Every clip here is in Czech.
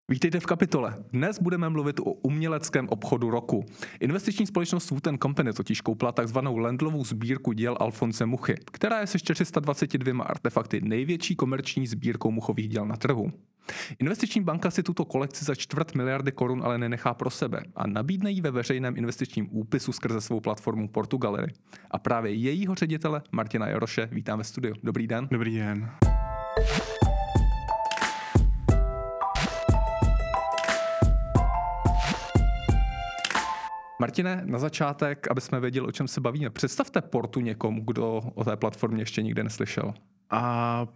Vítejte v kapitole. Dnes budeme mluvit o uměleckém obchodu roku. Investiční společnost Wood Company totiž koupila takzvanou Landlovou sbírku děl Alfonse Muchy, která je se 422 artefakty největší komerční sbírkou muchových děl na trhu. Investiční banka si tuto kolekci za 250 miliardy korun ale nenechá pro sebe a nabídne ji ve veřejném investičním úpisu skrze svou platformu Portugallery. A právě jejího ředitele Martina Jaroše vítám ve studiu. Dobrý den. Dobrý den. Martine, na začátek, aby jsme věděli, o čem se bavíme, představte Portu někomu, kdo o té platformě ještě nikdy neslyšel. A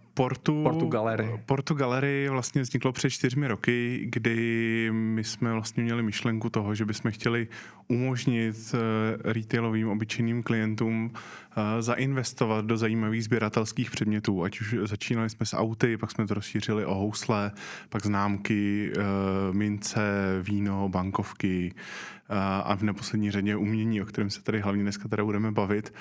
Portugallery vlastně vzniklo před 4 roky, kdy my jsme vlastně měli myšlenku toho, že bychom chtěli umožnit retailovým obyčejným klientům zainvestovat do zajímavých sběratelských předmětů. Ať už začínali jsme s auty, pak jsme to rozšířili o housle, pak známky, mince, víno, bankovky a v neposlední řadě umění, o kterém se tady hlavně dneska teda budeme bavit.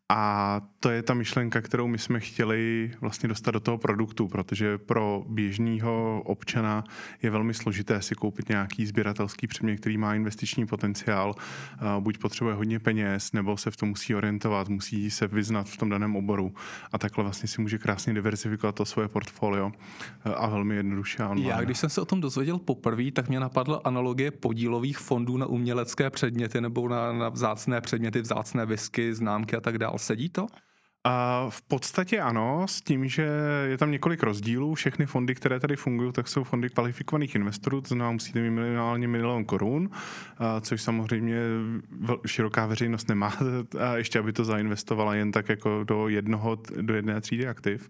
A to je ta myšlenka, kterou my jsme chtěli vlastně dostat do toho produktu, protože pro běžného občana je velmi složité si koupit nějaký sběratelský předmět, který má investiční potenciál, buď potřebuje hodně peněz, nebo se v tom musí orientovat, musí se vyznat v tom daném oboru a takhle vlastně si může krásně diverzifikovat to svoje portfolio a velmi jednoduše online. Já, když jsem se o tom dozvěděl poprvé, tak mě napadla analogie podílových fondů na umělecké předměty nebo na vzácné předměty, vzácné whisky, známky a tak dále. Sedí to? A v podstatě ano, s tím, že je tam několik rozdílů. Všechny fondy, které tady fungují, tak jsou fondy kvalifikovaných investorů, to znamená, musíte mít minimálně 1 milion korun, což samozřejmě široká veřejnost nemá, a ještě aby to zainvestovala jen tak jako do jedné třídy aktiv.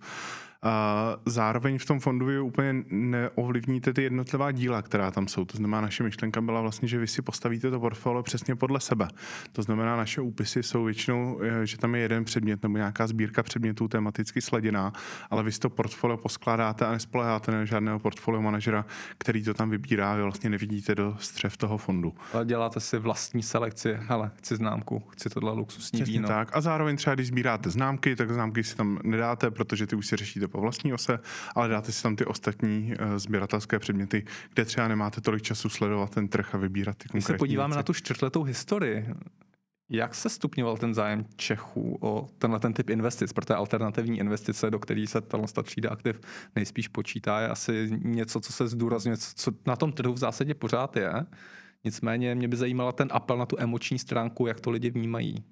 A zároveň v tom fondu vy úplně neovlivníte ty jednotlivá díla, která tam jsou. To znamená, naše myšlenka byla vlastně, že vy si postavíte to portfolio přesně podle sebe. To znamená, naše úpisy jsou většinou, že tam je jeden předmět nebo nějaká sbírka předmětů tematicky sladěná, ale vy si to portfolio poskládáte a nespoléháte na žádného portfolio manažera, který to tam vybírá, vy vlastně nevidíte do střev toho fondu. Ale děláte si vlastní selekci. Hele, chci známku, chci tohle luxusní přesně víno. Tak. A zároveň třeba, když sbíráte známky, tak známky si tam nedáte, protože ty už si řešíte po vlastní ose, ale dáte si tam ty ostatní sběratelské předměty, kde třeba nemáte tolik času sledovat ten trh a vybírat ty konkrétní Když se podíváme věci. na tu 4letou historii, jak se stupňoval ten zájem Čechů o ten typ investic, protože alternativní investice, do které se ta třída aktiv nejspíš počítá, je asi něco, co se zdůrazňuje, co na tom trhu v zásadě pořád je. Nicméně mě by zajímala ten apel na tu emoční stránku, jak to lidi vnímají.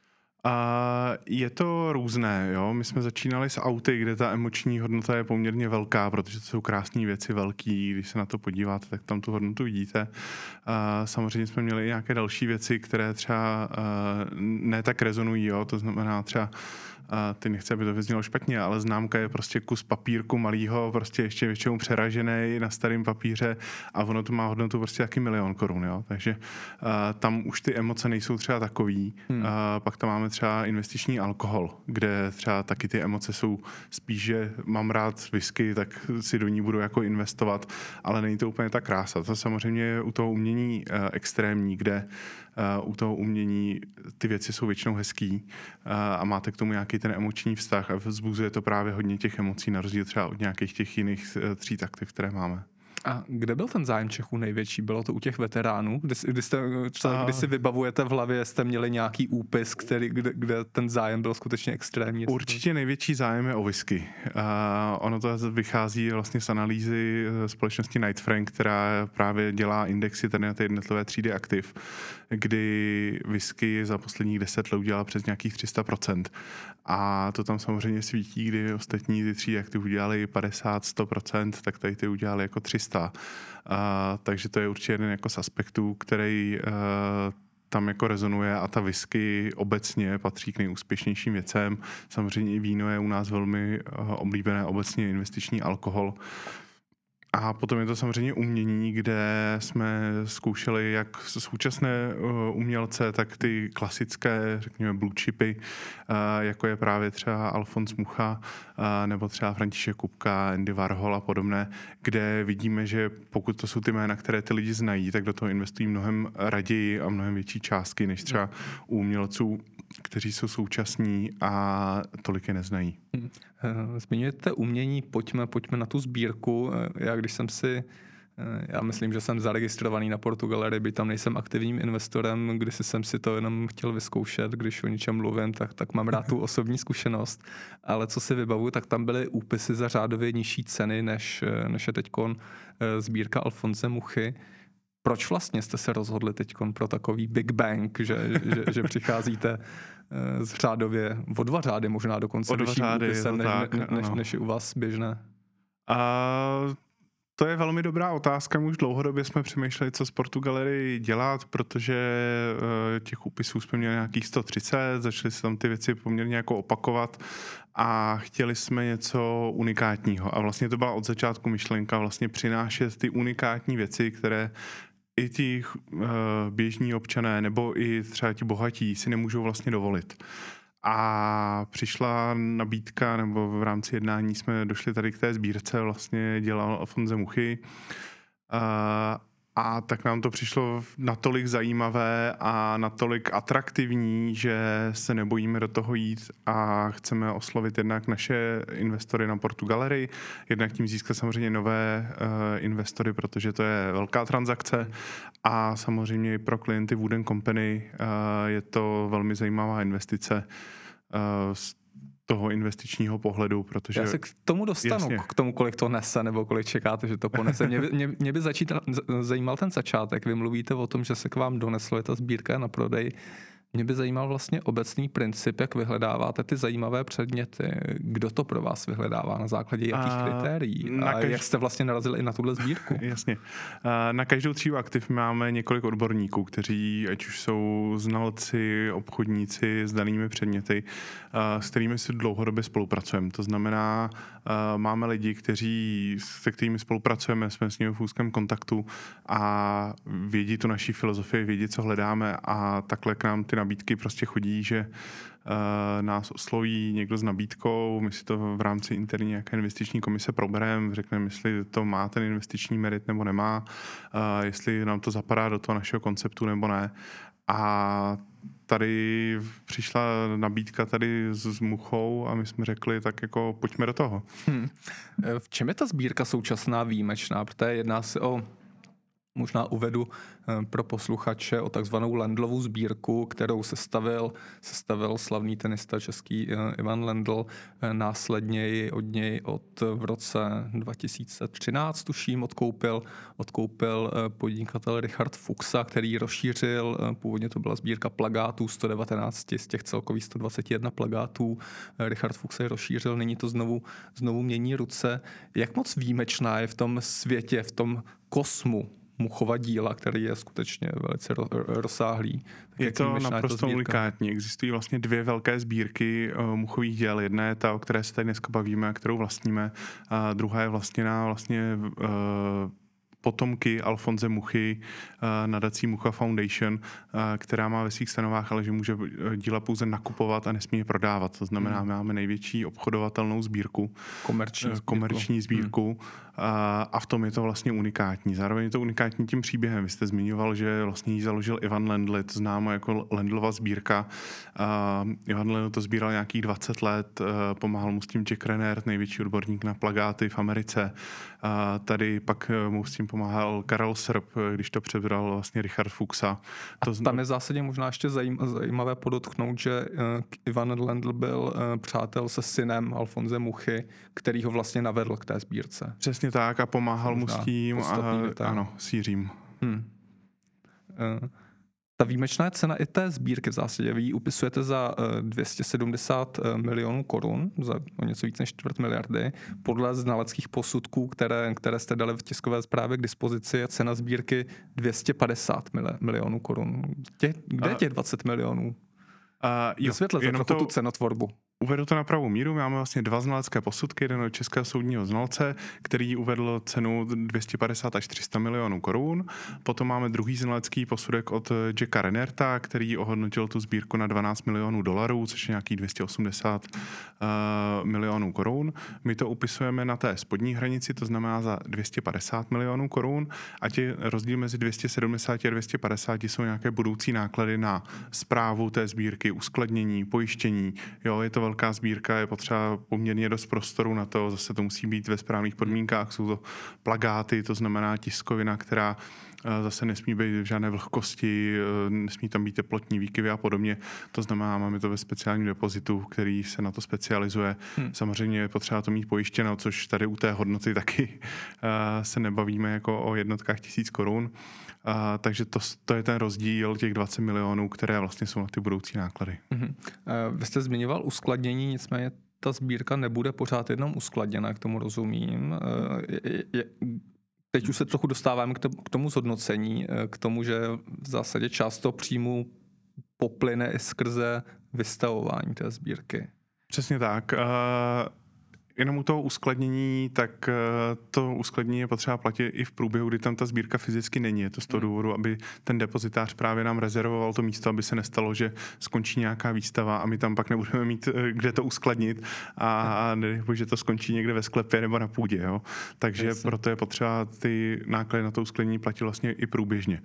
A je to různé, jo. My jsme začínali s auty, kde ta emoční hodnota je poměrně velká, protože to jsou krásné věci, velký, když se na to podíváte, tak tam tu hodnotu vidíte. A samozřejmě jsme měli i nějaké další věci, které třeba ne tak rezonují, jo. To znamená třeba ty nechci, aby to vyznělo špatně, ale známka je prostě kus papírku malýho, prostě ještě většinou přeražený na starém papíře a ono to má hodnotu prostě taky 1 milion korun, jo. Takže tam už ty emoce nejsou třeba takový. Pak tam máme třeba investiční alkohol, kde třeba taky ty emoce jsou spíš, že mám rád whisky, tak si do ní budu jako investovat, ale není to úplně ta krása. To samozřejmě je u toho umění extrémní, kde u toho umění ty věci jsou většinou hezký a máte k tomu nějaký ten emoční vztah a vzbuzuje to právě hodně těch emocí, na rozdíl třeba od nějakých těch jiných tříd aktiv, které máme. A kde byl ten zájem Čechů největší? Bylo to u těch veteránů? Kdy si vybavujete v hlavě, jste měli nějaký úpis, kde ten zájem byl skutečně extrémní? Určitě největší zájem je o whisky. Ono to vychází vlastně z analýzy společnosti Knight Frank, která právě dělá indexy tady na ty jednotlivé třídy aktiv, kdy whisky za posledních 10 let udělala přes nějakých 300%. A to tam samozřejmě svítí, kdy ostatní ty třídy aktiv udělali 50-100%, tak tady ty udělali jako 300. Takže to je určitě jeden jako z aspektů, který tam jako rezonuje a ta whisky obecně patří k nejúspěšnějším věcem. Samozřejmě i víno je u nás velmi oblíbené, obecně investiční alkohol. A potom je to samozřejmě umění, kde jsme zkoušeli jak současné umělce, tak ty klasické, řekněme, blue chipy, jako je právě třeba Alfons Mucha, nebo třeba František Kupka, Andy Warhol a podobné, kde vidíme, že pokud to jsou ty jména, které ty lidi znají, tak do toho investují mnohem raději a mnohem větší částky, než třeba u umělců, kteří jsou současní a tolik je neznají. Zmiňujete umění, pojďme na tu sbírku. Já když jsem si Já myslím, že jsem zaregistrovaný na Portugalary, byť tam nejsem aktivním investorem, když jsem si to jenom chtěl vyzkoušet, když o něčem mluvím, tak mám rád tu osobní zkušenost. Ale co si vybavuju, tak tam byly úpisy za řádově nižší ceny, než je teďkon sbírka Alfonse Muchy. Proč vlastně jste se rozhodli teďkon pro takový Big Bang, že přicházíte z řádově o 2 řády, možná dokonce vyšším úpisem, než je u vás běžné? To je velmi dobrá otázka. Už dlouhodobě jsme přemýšleli, co z Portugalary dělat, protože těch úpisů jsme měli nějakých 130, začali se tam ty věci poměrně jako opakovat a chtěli jsme něco unikátního. A vlastně to byla od začátku myšlenka vlastně přinášet ty unikátní věci, které i ti běžní občané nebo i třeba ti bohatí si nemůžou vlastně dovolit. A přišla nabídka, nebo v rámci jednání jsme došli tady k té sbírce, vlastně dělal Alfonse Muchy. A tak nám to přišlo natolik zajímavé a natolik atraktivní, že se nebojíme do toho jít a chceme oslovit jednak naše investory na Portugalary, jednak tím získat samozřejmě nové investory, protože to je velká transakce a samozřejmě i pro klienty Wood & Company je to velmi zajímavá investice z toho investičního pohledu, protože... Já se k tomu dostanu, jasně. K tomu, kolik to nese, nebo kolik čekáte, že to ponese. Mě by zajímal ten začátek. Vy mluvíte o tom, že se k vám doneslo, ta sbírka na prodej. Mě by zajímal vlastně obecný princip, jak vyhledáváte ty zajímavé předměty. Kdo to pro vás vyhledává, na základě jakých kritérií? A jak jste vlastně narazili i na tuhle sbírku? Jasně. Na každou třídu aktiv máme několik odborníků, kteří ať už jsou znalci, obchodníci s danými předměty, s kterými si dlouhodobě spolupracujeme. To znamená, máme lidi, se kterými spolupracujeme, jsme s nimi v úzkém kontaktu a vědí tu naší filozofii, vědí, co hledáme a takhle k nám ty nabídky prostě chodí, že nás osloví někdo s nabídkou, my si to v rámci interní nějaké investiční komise probereme, řekneme, jestli to má ten investiční merit nebo nemá, jestli nám to zapadá do toho našeho konceptu nebo ne. A tady přišla nabídka tady s Muchou a my jsme řekli, tak jako pojďme do toho. V čem je ta sbírka současná výjimečná? Protože jedná se o, možná uvedu pro posluchače, o takzvanou Lendlovou sbírku, kterou sestavil slavný tenista český Ivan Lendl. Následně ji od něj v roce 2013, tuším, odkoupil podnikatel Richard Fuchsa, který rozšířil, původně to byla sbírka plakátů, 119 z těch celkových 121 plakátů. Richard Fuchs je rozšířil, nyní to znovu mění ruce. Jak moc výjimečná je v tom světě, v tom kosmu Muchova díla, který je skutečně velice rozsáhlý. Je to naprosto unikátní. Existují vlastně 2 velké sbírky Muchových děl. Jedna je ta, o které se tady dneska bavíme a kterou vlastníme. A druhá je vlastněná vlastně potomky Alfonse Muchy, nadací Mucha Foundation, která má ve svých stanovách, ale že může díla pouze nakupovat a nesmí je prodávat. To znamená, máme největší obchodovatelnou sbírku. Komerční sbírku. A v tom je to vlastně unikátní. Zároveň je to unikátní tím příběhem. Vy jste zmiňoval, že vlastně ji založil Ivan Lendl, to známo jako Lendlova sbírka. Ivan Lendl to sbíral nějakých 20 let, pomáhal mu s tím Jack Rennert, největší odborník na plakáty v Americe. Tady pak mu s tím pomáhal Karel Srb, když to přebral vlastně Richard Fuchsa. Tam je v zásadě možná ještě zajímavé podotknout, že Ivan Lendl byl přátel se synem Alfonse Muchy, který ho vlastně navedl k té sbírce. Přesně tak a pomáhal mu s tím ano, s Jiřím. Ta výjimečná cena i té sbírky v zásadě, vy ji upisujete za 270 milionů korun, za o něco víc než 250 miliardy. Podle znaleckých posudků, které jste dali v tiskové zprávě k dispozici, je cena sbírky 250 milionů korun. Kde je těch 20 milionů? Vysvětlete trochu tu cenotvorbu. Uvedu to na pravou míru. Máme vlastně 2 znalecké posudky, jeden od českého soudního znalce, který uvedl cenu 250 až 300 milionů korun. Potom máme druhý znalecký posudek od Jacka Rennerta, který ohodnotil tu sbírku na 12 milionů dolarů, což je nějakých 280 milionů korun. My to upisujeme na té spodní hranici, to znamená za 250 milionů korun a rozdíl mezi 270 a 250 jsou nějaké budoucí náklady na správu té sbírky, uskladnění, pojištění. Jo, je to velká sbírka, je potřeba poměrně dost prostoru na to, zase to musí být ve správných podmínkách, jsou to plagáty, to znamená tiskovina, která zase nesmí být v žádné vlhkosti, nesmí tam být teplotní výkyvy a podobně. To znamená, máme to ve speciálním depozitu, který se na to specializuje. Samozřejmě je potřeba to mít pojištěno, což tady u té hodnoty taky se nebavíme jako o jednotkách 1000 korun. Takže to je ten rozdíl těch 20 milionů, které vlastně jsou na ty budoucí náklady. Vy jste zmiňoval uskladnění, nicméně ta sbírka nebude pořád jenom uskladněna, k tomu rozumím. Teď už se trochu dostáváme k tomu zhodnocení, k tomu, že v zásadě část toho příjmu poplyne i skrze vystavování té sbírky. Přesně tak. Jenom u toho uskladnění, tak to uskladnění je potřeba platit i v průběhu, kdy tam ta sbírka fyzicky není. Je to z toho důvodu, aby ten depozitář právě nám rezervoval to místo, aby se nestalo, že skončí nějaká výstava a my tam pak nebudeme mít kde to uskladnit a že to skončí někde ve sklepě nebo na půdě. Jo? Takže proto je potřeba ty náklady na to uskladnění platit vlastně i průběžně.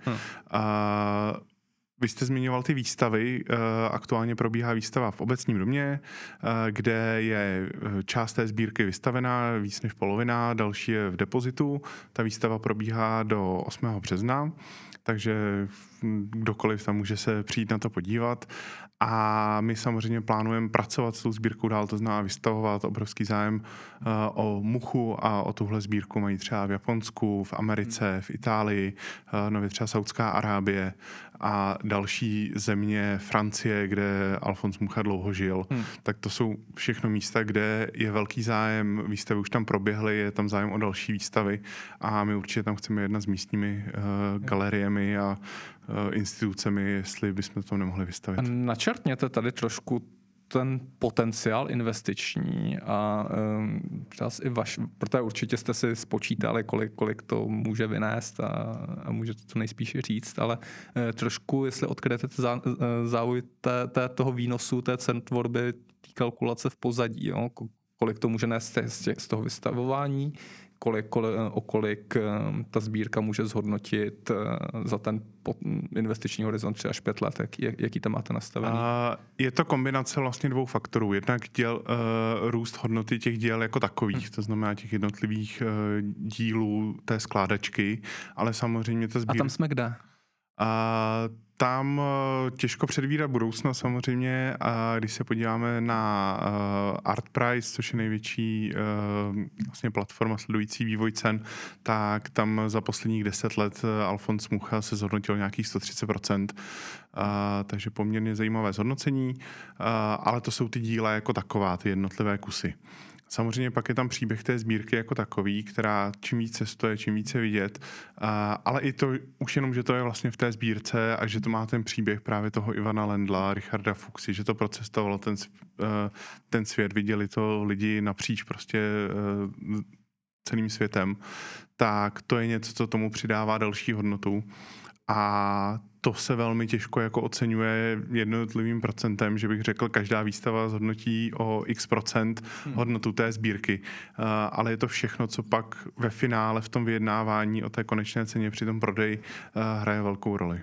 Vy jste zmiňoval ty výstavy. Aktuálně probíhá výstava v Obecním domě, kde je část té sbírky vystavená, víc než polovina, další je v depozitu. Ta výstava probíhá do 8. března, takže kdokoliv tam může se přijít na to podívat. A my samozřejmě plánujeme pracovat s tou sbírkou dál, to znamená vystavovat. Obrovský zájem o muchu a o tuhle sbírku mají třeba v Japonsku, v Americe, v Itálii, nově třeba Saudská Arábie a další země, Francie, kde Alfons Mucha dlouho žil. Tak to jsou všechno místa, kde je velký zájem, výstavy už tam proběhly, je tam zájem o další výstavy a my určitě tam chceme jednat s místními galeriemi a institucemi, jestli bychom to nemohli vystavit. Načrtněte tady trošku ten potenciál investiční a i protože určitě jste si spočítali, kolik to může vynést a můžete to nejspíše říct, ale trošku, jestli odkryjete záuj toho výnosu, té cenotvorby, té kalkulace v pozadí, jo? Kolik to může nést z toho vystavování, kolik ta sbírka může zhodnotit za ten investiční horizont 3 až 5 let. Jaký tam máte nastavený? Je to kombinace vlastně 2 faktorů. Jednak růst hodnoty těch děl jako takových, to znamená těch jednotlivých dílů té skládačky, ale samozřejmě ta sbírka... A tam jsme kde? Tam těžko předvídat budoucnost samozřejmě, a když se podíváme na ArtPrice, což je největší vlastně platforma sledující vývoj cen, tak tam za posledních 10 let Alfons Mucha se zhodnotil nějakých 130%, takže poměrně zajímavé zhodnocení, ale to jsou ty díla jako taková, ty jednotlivé kusy. Samozřejmě pak je tam příběh té sbírky jako takový, která čím víc cestuje, čím více vidět, ale i to už jenom, že to je vlastně v té sbírce a že to má ten příběh právě toho Ivana Lendla, Richarda Fuchsy, že to procestovalo ten svět, viděli to lidi napříč prostě celým světem, tak to je něco, co tomu přidává další hodnotu. A to se velmi těžko jako oceňuje jednotlivým procentem, že bych řekl, každá výstava zhodnotí o x% hodnotu té sbírky. Ale je to všechno, co pak ve finále v tom vyjednávání o té konečné ceně při tom prodeji hraje velkou roli.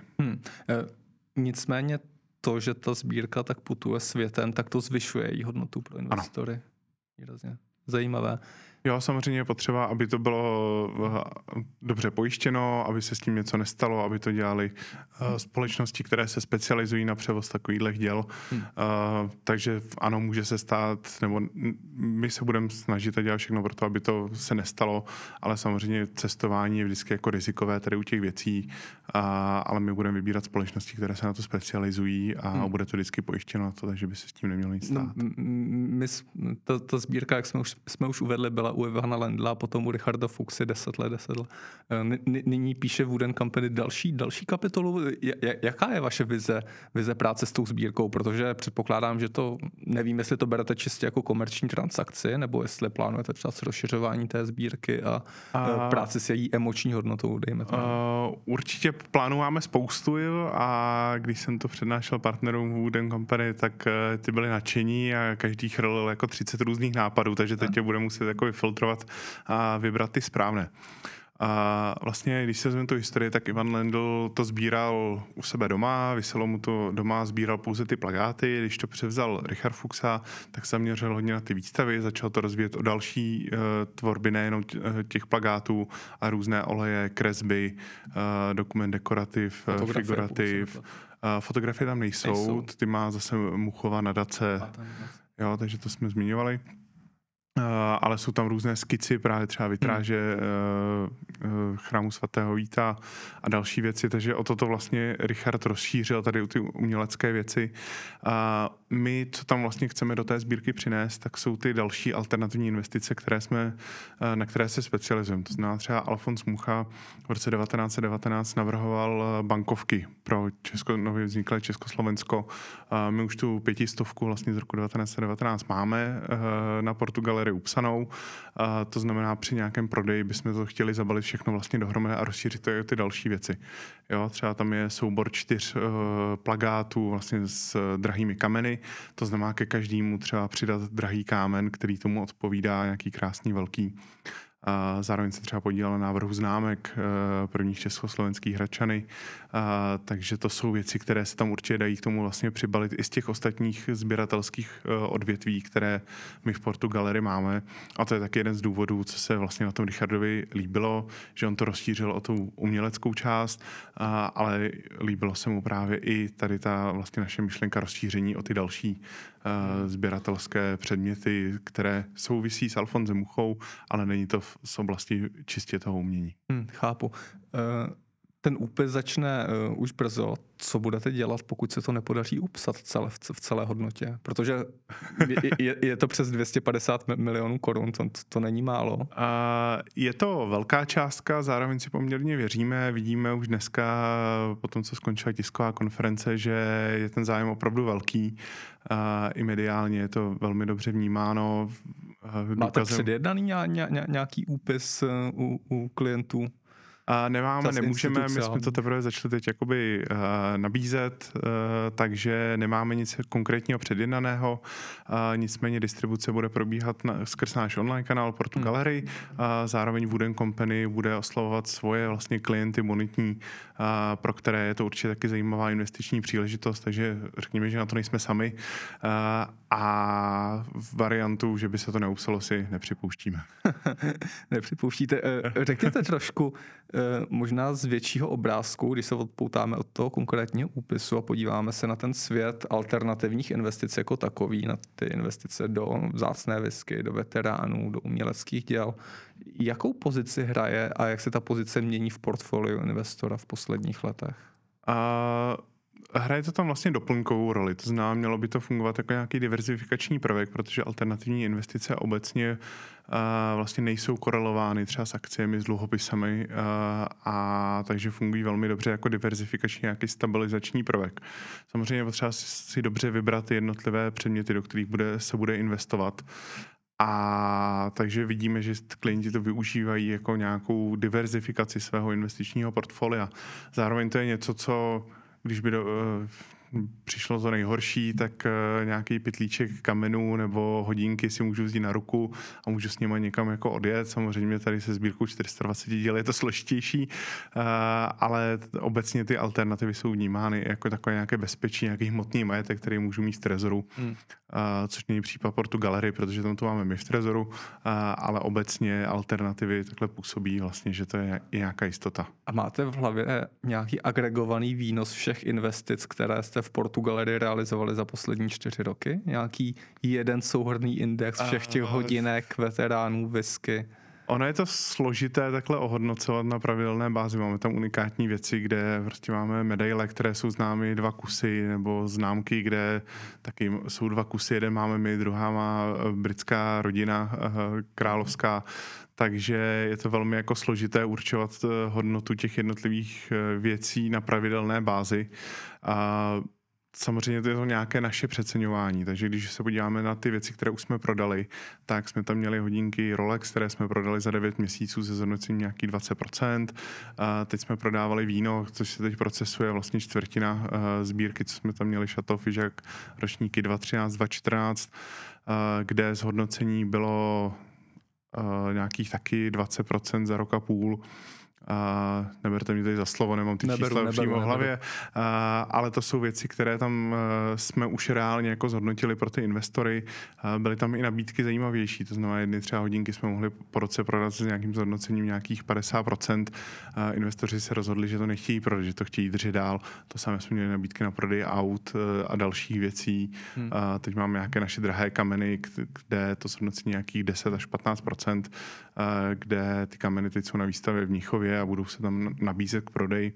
Nicméně to, že ta sbírka tak putuje světem, tak to zvyšuje její hodnotu pro investory. Výrazně zajímavé. Jo, samozřejmě je potřeba, aby to bylo dobře pojištěno, aby se s tím něco nestalo, aby to dělali společnosti, které se specializují na převoz takovýchhle děl. Takže ano, může se stát, nebo my se budeme snažit dělat všechno pro to, aby to se nestalo, ale samozřejmě cestování je vždycky jako rizikové tady u těch věcí, ale my budeme vybírat společnosti, které se na to specializují a bude to vždycky pojištěno na to, takže by se s tím nemělo nic stát. Ta sbírka, jak jsme už uvedli, byla u Ivana Lendla, potom u Richarda Fuchsy 10 let. Nyní píše Wooden Company další kapitolu. Jaká je vaše vize práce s tou sbírkou? Protože předpokládám, že to, nevím, jestli to berete čistě jako komerční transakci, nebo jestli plánujete třeba rozšiřování té sbírky a práci s její emoční hodnotou, dejme to. Určitě plánů máme spoustu, a když jsem to přednášel partnerům Wooden Company, tak ty byli nadšení a každý chrlil jako 30 různých nápadů, takže teď tě bude muset jako filtrovat a vybrat ty správné. A vlastně, když se vezmeme tu historii, tak Ivan Lendl to sbíral u sebe doma, viselo mu to doma, sbíral pouze ty plakáty. Když to převzal Richard Fuchsa, tak se zaměřil hodně na ty výstavy, začal to rozvíjet o další tvorby, nejenom těch plakátů, a různé oleje, kresby, dokument dekorativ, figurativ. Fotografie tam nejsou, ty má zase Muchova nadace, jo, takže to jsme zmiňovali. Ale jsou tam různé skici, právě třeba vitráže chrámu svatého Víta a další věci, takže o toto vlastně Richard rozšířil tady u ty umělecké věci. My, co tam vlastně chceme do té sbírky přinést, tak jsou ty další alternativní investice, na které se specializujeme. To znamená třeba Alfons Mucha v roce 1919 navrhoval bankovky pro nově vzniklé Československo. My už tu 500 vlastně z roku 1919 máme na Portugalerii upsanou. To znamená, při nějakém prodeji bychom to chtěli zabalit všechno vlastně dohromady a rozšířit to i ty další věci. Jo, třeba tam je soubor 4 plakátů vlastně s drahými kameny. To znamená ke každému třeba přidat drahý kámen, který tomu odpovídá, nějaký krásný velký. Zároveň se třeba podílel na návrhu známek prvních československých Hradčany, takže to jsou věci, které se tam určitě dají k tomu vlastně přibalit i z těch ostatních sběratelských odvětví, které my v Portugalerii máme. A to je taky jeden z důvodů, co se vlastně na tom Richardovi líbilo, že on to rozšířil o tu uměleckou část, ale líbilo se mu právě i tady ta vlastně naše myšlenka rozšíření o ty další sběratelské předměty, které souvisí s Alfonsem Muchou, ale není to z oblasti čistě toho umění. Chápu. Ten úpis začne už brzo. Co budete dělat, pokud se to nepodaří upsat v celé hodnotě? Protože je to přes 250 milionů korun, to není málo. Je to velká částka, zároveň si poměrně věříme. Vidíme už dneska, po tom, co skončila tisková konference, že je ten zájem opravdu velký. I mediálně je to velmi dobře vnímáno. Máte předjednaný nějaký úpis u klientů? Nemáme, nemůžeme, my jsme to teprve začali teď jakoby nabízet, takže nemáme nic konkrétního předjednaného, nicméně distribuce bude probíhat skrz náš online kanál Portugalerii, zároveň Wooden Company bude oslovovat svoje vlastně klienty bonitní, pro které je to určitě taky zajímavá investiční příležitost, takže řekněme, že na to nejsme sami a variantu, že by se to neupsalo, si nepřipouštíme. Nepřipouštíte. Řekněte trošku možná z většího obrázku, když se odpoutáme od toho konkrétního úpisu a podíváme se na ten svět alternativních investic jako takový, na ty investice do vzácné whisky, do veteránů, do uměleckých děl. Jakou pozici hraje a jak se ta pozice mění v portfoliu investora v posledních letech? Hraje to tam vlastně doplňkovou roli, to znamená, mělo by to fungovat jako nějaký diverzifikační prvek, protože alternativní investice obecně vlastně nejsou korelovány třeba s akciemi, s dluhopisami, a takže fungují velmi dobře jako diverzifikační nějaký stabilizační prvek. Samozřejmě je potřeba si dobře vybrat jednotlivé předměty, do kterých se bude investovat. A takže vidíme, že klienti to využívají jako nějakou diverzifikaci svého investičního portfolia. Zároveň to je něco, co když by přišlo to nejhorší, tak nějaký pytlíček kamenů nebo hodinky si můžu vzít na ruku a můžu s nimi někam jako odjet. Samozřejmě tady se sbírkou 420 děl je to složitější, ale obecně ty alternativy jsou vnímány jako takové nějaké bezpečí, nějaký hmotný majetek, který můžu mít v trezoru, což není případ Portugalerii, protože tam to máme my v trezoru, ale obecně alternativy takhle působí vlastně, že to je i nějaká jistota. A máte v hlavě nějaký agregovaný výnos všech investic, které jste v Portugalerii realizovali za poslední 4 roky? Nějaký jeden souhrnný index všech těch hodinek, veteránů, whisky? Ono je to složité takhle ohodnocovat na pravidelné bázi. Máme tam unikátní věci, kde prostě máme medaile, které jsou známy 2 kusy, nebo známky, kde taky jsou 2 kusy. Jeden máme my, druhá má britská rodina královská. Takže je to velmi jako složité určovat hodnotu těch jednotlivých věcí na pravidelné bázi. Samozřejmě to je to nějaké naše přeceňování, takže když se podíváme na ty věci, které už jsme prodali, tak jsme tam měli hodinky Rolex, které jsme prodali za 9 měsíců se zhodnocením nějakých 20%. Teď jsme prodávali víno, což se teď procesuje vlastně čtvrtina sbírky, co jsme tam měli Chateau Figeac, ročníky 2013, 2014, kde zhodnocení bylo nějakých taky 20% za rok a půl. Neberte mě tady za slovo, nemám ty čísla přímo v hlavě, ale to jsou věci, které tam jsme už reálně jako zhodnotili pro ty investory. Byly tam i nabídky zajímavější, to znamená, jedny třeba hodinky jsme mohli po roce prodat s nějakým zhodnocením nějakých 50%. Investoři se rozhodli, že to nechtějí prodat, že to chtějí držet dál. To samé jsme měli nabídky na prodej aut a dalších věcí. Teď máme nějaké naše drahé kameny, kde to zhodnocení nějakých 10 až 15%, kde ty kameny teď jsou na výstavě v Mnichově a budou se tam nabízet k prodeji.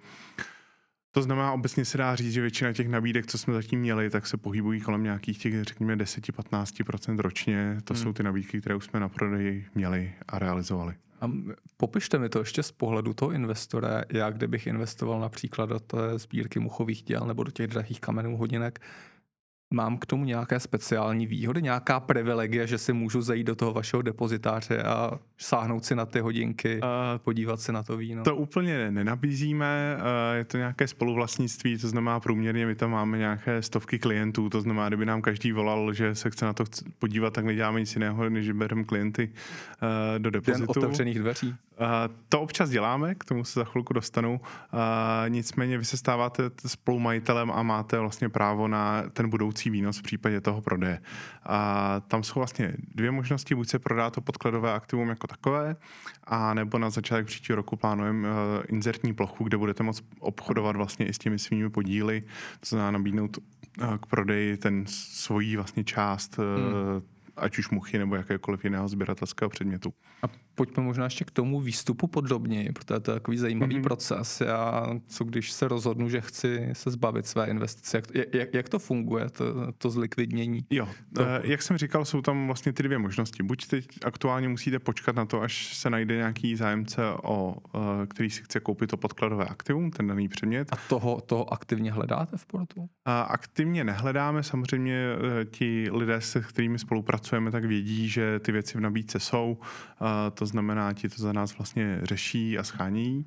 To znamená, obecně se dá říct, že většina těch nabídek, co jsme zatím měli, tak se pohybují kolem nějakých těch, řekněme, 10-15% ročně. To jsou ty nabídky, které už jsme na prodeji měli a realizovali. A popište mi to ještě z pohledu toho investora, jak kdybych investoval například do té sbírky muchových děl nebo do těch drahých kamenů hodinek. Mám k tomu nějaké speciální výhody, nějaká privilegie, že si můžu zajít do toho vašeho depozitáře a sáhnout si na ty hodinky, podívat se na to víno? To úplně nenabízíme, je to nějaké spoluvlastnictví, to znamená průměrně my tam máme nějaké stovky klientů, to znamená, kdyby nám každý volal, že se chce na to podívat, tak neděláme nic jiného, než bereme klienty do depozitu. Den otevřených dveří. To občas děláme, k tomu se za chvilku dostanu. Nicméně vy se stáváte spolumajitelem a máte vlastně právo na ten budoucí výnos v případě toho prodeje. Tam jsou vlastně dvě možnosti, buď se prodá to podkladové aktivum jako takové, a nebo na začátek příštího roku plánujeme inzertní plochu, kde budete moct obchodovat vlastně i s těmi svými podíly, to znamená nabídnout k prodeji ten svojí vlastně část, ať už muchy nebo jakékoliv jiného sběratelského předmětu. A pojďme možná ještě k tomu výstupu podrobněji, protože to je takový zajímavý proces. Já, co když se rozhodnu, že chci se zbavit své investice, jak to funguje, to zlikvidnění? Jo, jak jsem říkal, jsou tam vlastně ty dvě možnosti. Buď teď aktuálně musíte počkat na to, až se najde nějaký zájemce, který si chce koupit to podkladové aktivum, ten daný předmět. A toho aktivně hledáte v portu? Aktivně nehledáme, samozřejmě ti lidé, se kterými spolupracujeme, tak vědí, že ty věci v nabídce jsou. To znamená, ti to za nás vlastně řeší a schání.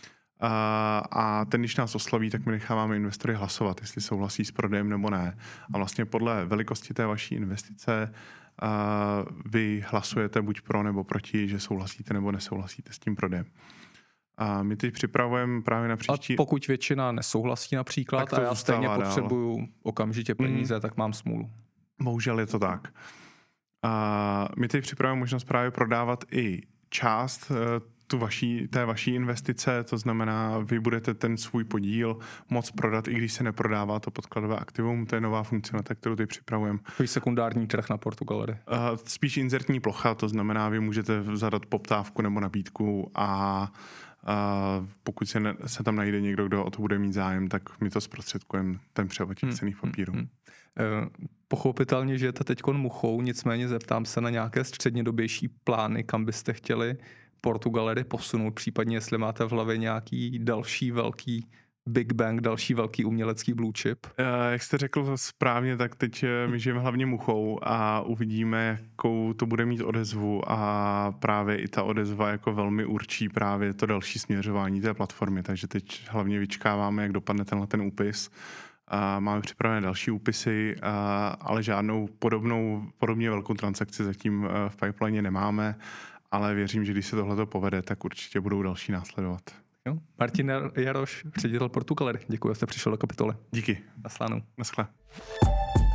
A ten, když nás osloví, tak my necháváme investory hlasovat, jestli souhlasí s prodejem nebo ne. A vlastně podle velikosti té vaší investice vy hlasujete buď pro nebo proti, že souhlasíte nebo nesouhlasíte s tím prodejem. A my teď připravujeme právě na příští... A pokud většina nesouhlasí například a já stejně potřebuju okamžitě peníze, tak mám smůlu. Bohužel je to tak. My teď připravujeme možnost právě prodávat i část té vaší investice, to znamená, vy budete ten svůj podíl moc prodat, i když se neprodává to podkladové aktivum, to je nová funkcionalita, kterou teď připravujeme. To je sekundární trh na Portugalery. Spíš inzertní plocha, to znamená, vy můžete zadat poptávku nebo nabídku a pokud se tam najde někdo, kdo o to bude mít zájem, tak my to zprostředkujeme, ten převod těch cenných papírů. Pochopitelně žijete teďkon Muchou, nicméně zeptám se na nějaké střednědobější plány, kam byste chtěli Portugalery posunout, případně jestli máte v hlavě nějaký další velký Big Bang, další velký umělecký blue chip. Jak jste řekl správně, tak teď my žijeme hlavně Muchou a uvidíme, jakou to bude mít odezvu a právě i ta odezva jako velmi určí právě to další směřování té platformy, takže teď hlavně vyčkáváme, jak dopadne ten úpis. Máme připravené další úpisy, ale žádnou podobně velkou transakci zatím v pipeline nemáme, ale věřím, že když se tohleto povede, tak určitě budou další následovat. Jo. Martin Jaroš, ředitel Portugalery. Děkuji, že jste přišel do Kapitoly. Díky. Naschledanou. Naschle.